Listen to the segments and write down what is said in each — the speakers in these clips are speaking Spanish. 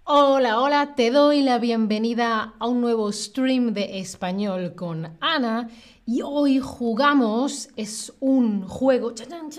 Hola, hola, te doy la bienvenida a un nuevo stream de español con Ana y hoy jugamos, es un juego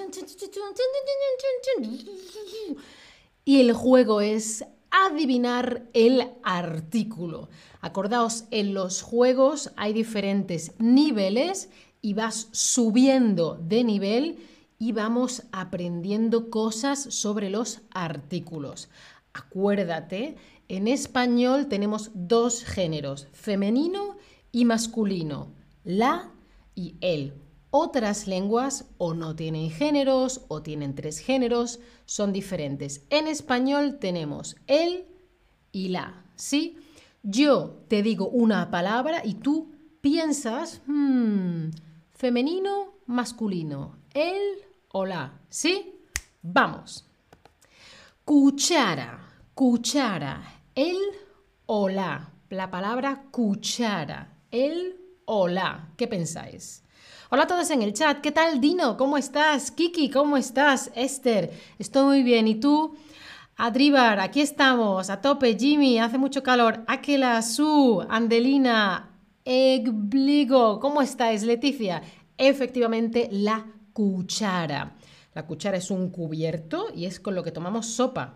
y el juego es adivinar el artículo. Acordaos, en los juegos hay diferentes niveles y vas subiendo de nivel y vamos aprendiendo cosas sobre los artículos. Acuérdate, en español tenemos dos géneros, femenino y masculino, la y el. Otras lenguas o no tienen géneros o tienen tres géneros, son diferentes. En español tenemos el y la, ¿sí? Yo te digo una palabra y tú piensas, femenino, masculino, el o la, ¿sí? Vamos. Cuchara, cuchara, el o la palabra cuchara, el o la. ¿Qué pensáis? Hola a todos en el chat. ¿Qué tal, Dino? ¿Cómo estás? Kiki, ¿cómo estás? Esther, estoy muy bien. ¿Y tú? Adribar, aquí estamos, a tope. Jimmy, hace mucho calor. Aquela, Su, Andelina, Egbligo, ¿cómo estáis? Leticia, efectivamente, la cuchara. La cuchara es un cubierto y es con lo que tomamos sopa.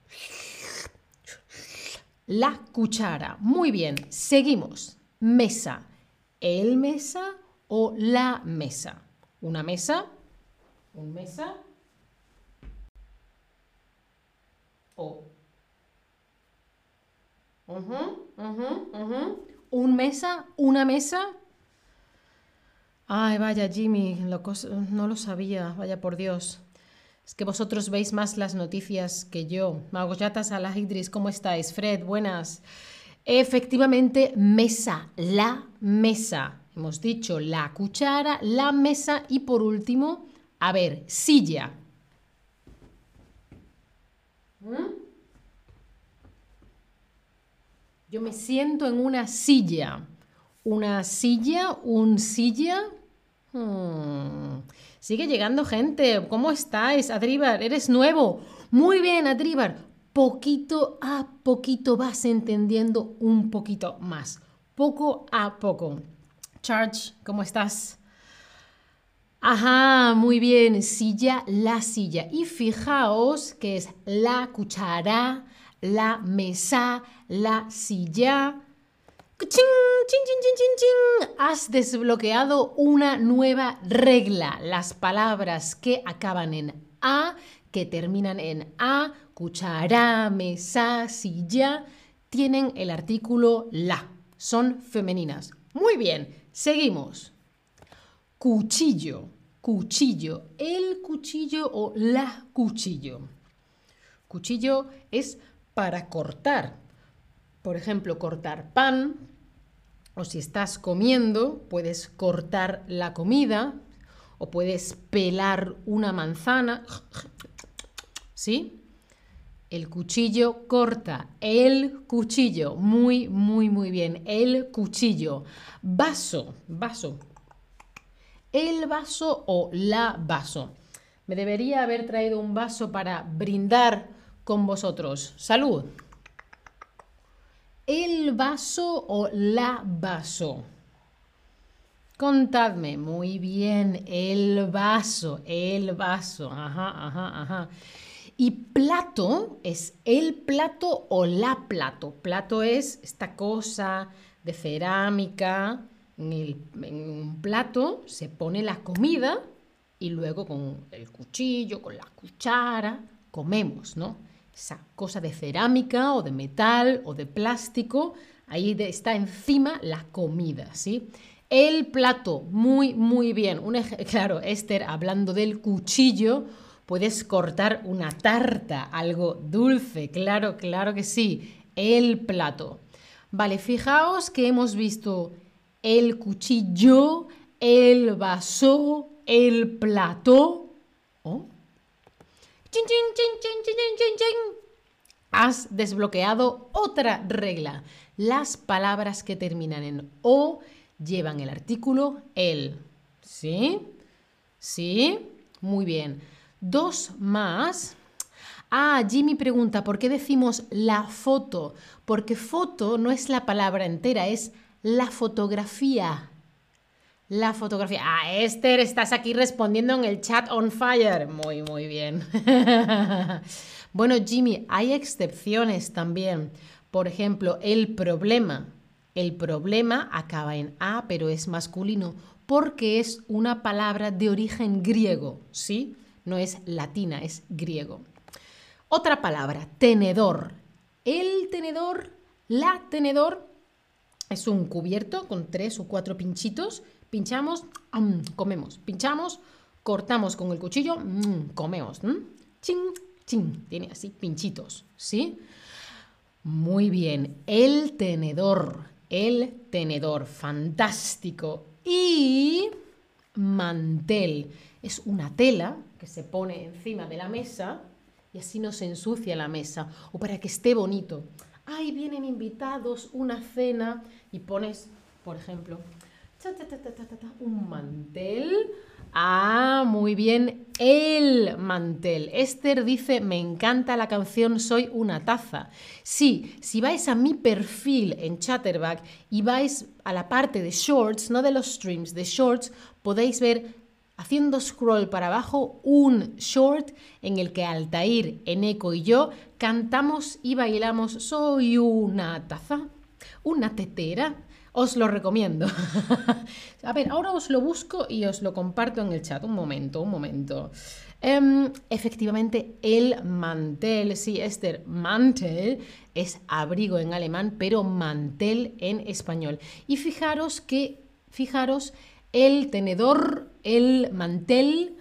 La cuchara. Muy bien, seguimos. Mesa. ¿El mesa o la mesa? Una mesa. Un mesa. O. Un mesa. Una mesa. Ay, vaya, Jimmy, no lo sabía, vaya por Dios. Es que vosotros veis más las noticias que yo. Magoyatas a la Idris, ¿cómo estáis? Fred, buenas. Efectivamente, mesa, la mesa. Hemos dicho la cuchara, la mesa y por último, a ver, silla. Yo me siento en una silla. Una silla, un silla. Sigue llegando gente. ¿Cómo estáis, Adribar? ¿Eres nuevo? Muy bien, Adribar. Poquito a poquito vas entendiendo un poquito más. Poco a poco. Charge, ¿cómo estás? Ajá, muy bien. Silla, la silla. Y fijaos que es la cuchara, la mesa, la silla. ¡Chin, chin, chin, chin, chin, chin! Has desbloqueado una nueva regla. Las palabras que acaban en a, que terminan en a, cuchara, mesa, silla, tienen el artículo la. Son femeninas. Muy bien, seguimos. Cuchillo, cuchillo, el cuchillo o la cuchillo. Cuchillo es para cortar. Por ejemplo, cortar pan, o si estás comiendo, puedes cortar la comida, o puedes pelar una manzana, ¿sí? El cuchillo corta, el cuchillo, muy, muy, muy bien, el cuchillo. Vaso, vaso. El vaso o la vaso. Me debería haber traído un vaso para brindar con vosotros. ¡Salud! ¿El vaso o la vaso? Contadme. Muy bien. El vaso. El vaso. Ajá, ajá, ajá. Y plato es el plato o la plato. Plato es esta cosa de cerámica. En un plato se pone la comida y luego con el cuchillo, con la cuchara, comemos, ¿no? Esa cosa de cerámica o de metal o de plástico, ahí está encima la comida, ¿sí? El plato, muy, muy bien. Claro, Esther, hablando del cuchillo, puedes cortar una tarta, algo dulce, claro, claro que sí. El plato. Vale, fijaos que hemos visto el cuchillo, el vaso, el plato. ¿Oh? ¡Chin, chin, chin, chin, chin, chin, chin! Has desbloqueado otra regla. Las palabras que terminan en o llevan el artículo el. ¿Sí? ¿Sí? Muy bien. Dos más. Ah, Jimmy pregunta, ¿por qué decimos la foto? Porque foto no es la palabra entera, es la fotografía. La fotografía. Ah, Esther, estás aquí respondiendo en el chat on fire. Muy, muy bien. Bueno, Jimmy, hay excepciones también. Por ejemplo, el problema. El problema acaba en A, pero es masculino porque es una palabra de origen griego, ¿sí? No es latina, es griego. Otra palabra, tenedor. El tenedor, la tenedor, es un cubierto con 3 o 4 pinchitos. Pinchamos, comemos. Pinchamos, cortamos con el cuchillo, comemos. Chin, chin. Tiene así pinchitos, ¿sí? Muy bien. El tenedor, fantástico. Y mantel. Es una tela que se pone encima de la mesa y así no se ensucia la mesa. O para que esté bonito. Ay, vienen invitados, una cena y pones, por ejemplo, un mantel. Ah, muy bien, el mantel. Esther dice, me encanta la canción Soy una taza. Sí, si vais a mi perfil en Chatterback y vais a la parte de shorts, no de los streams, de shorts, podéis ver, haciendo scroll para abajo, un short en el que Altair, Eneco y yo cantamos y bailamos Soy una taza, una tetera. Os lo recomiendo. A ver, ahora os lo busco y os lo comparto en el chat. Un momento. Efectivamente, el mantel. Sí, Esther, mantel es abrigo en alemán, pero mantel en español. Y fijaros, el tenedor, el mantel.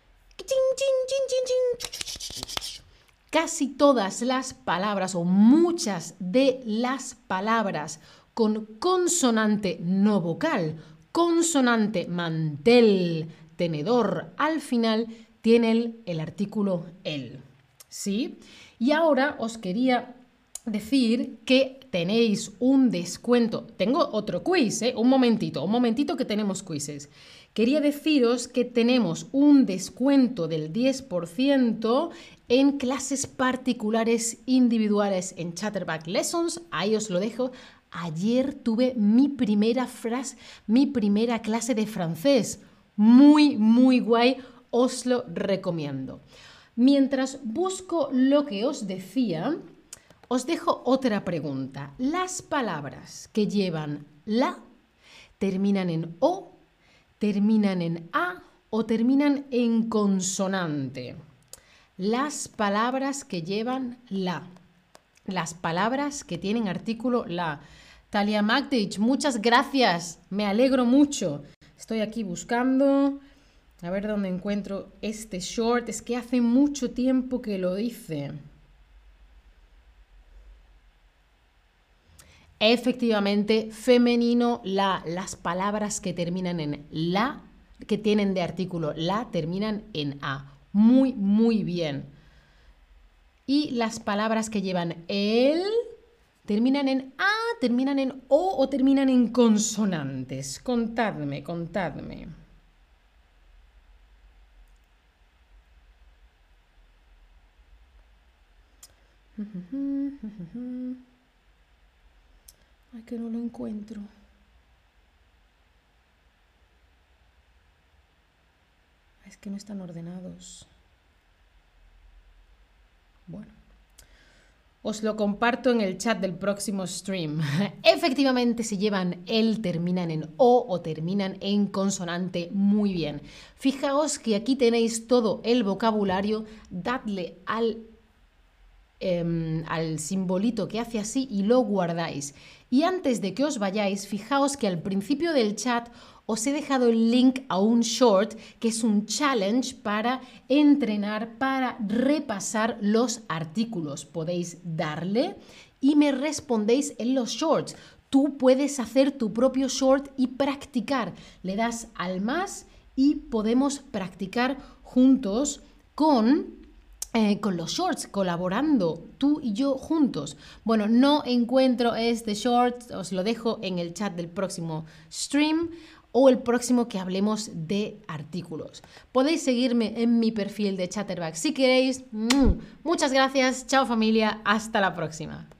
Casi todas las palabras o muchas de las palabras con consonante no vocal, consonante mantel, tenedor, al final tienen el artículo el. ¿Sí? Y ahora os quería decir que tenéis un descuento. Tengo otro quiz, un momentito que tenemos quizzes. Quería deciros que tenemos un descuento del 10% en clases particulares individuales en Chatterback Lessons. Ahí os lo dejo. Ayer tuve mi primera clase de francés. Muy, muy guay. Os lo recomiendo. Mientras busco lo que os decía, os dejo otra pregunta. Las palabras que llevan la terminan en o, terminan en a o terminan en consonante. Las palabras que llevan la. Las palabras que tienen artículo la. Talia Magdich, muchas gracias. Me alegro mucho. Estoy aquí buscando. A ver dónde encuentro este short. Es que hace mucho tiempo que lo hice. Efectivamente, femenino, la. Las palabras que terminan en la, que tienen de artículo la, terminan en a. Muy, muy bien. Y las palabras que llevan el, terminan en a, terminan en o terminan en consonantes. Contadme. Ay, que no lo encuentro. Es que no están ordenados. Bueno. Os lo comparto en el chat del próximo stream. Efectivamente, si llevan el, terminan en o terminan en consonante. Muy bien. Fijaos que aquí tenéis todo el vocabulario. Dadle al simbolito que hace así y lo guardáis. Y antes de que os vayáis, fijaos que al principio del chat os he dejado el link a un short que es un challenge para entrenar, para repasar los artículos. Podéis darle y me respondéis en los shorts. Tú puedes hacer tu propio short y practicar. Le das al más y podemos practicar juntos con los shorts, colaborando tú y yo juntos. Bueno, no encuentro este short, os lo dejo en el chat del próximo stream. o el próximo que hablemos de artículos. Podéis seguirme en mi perfil de Chatterback si queréis. Muchas gracias, chao familia, hasta la próxima.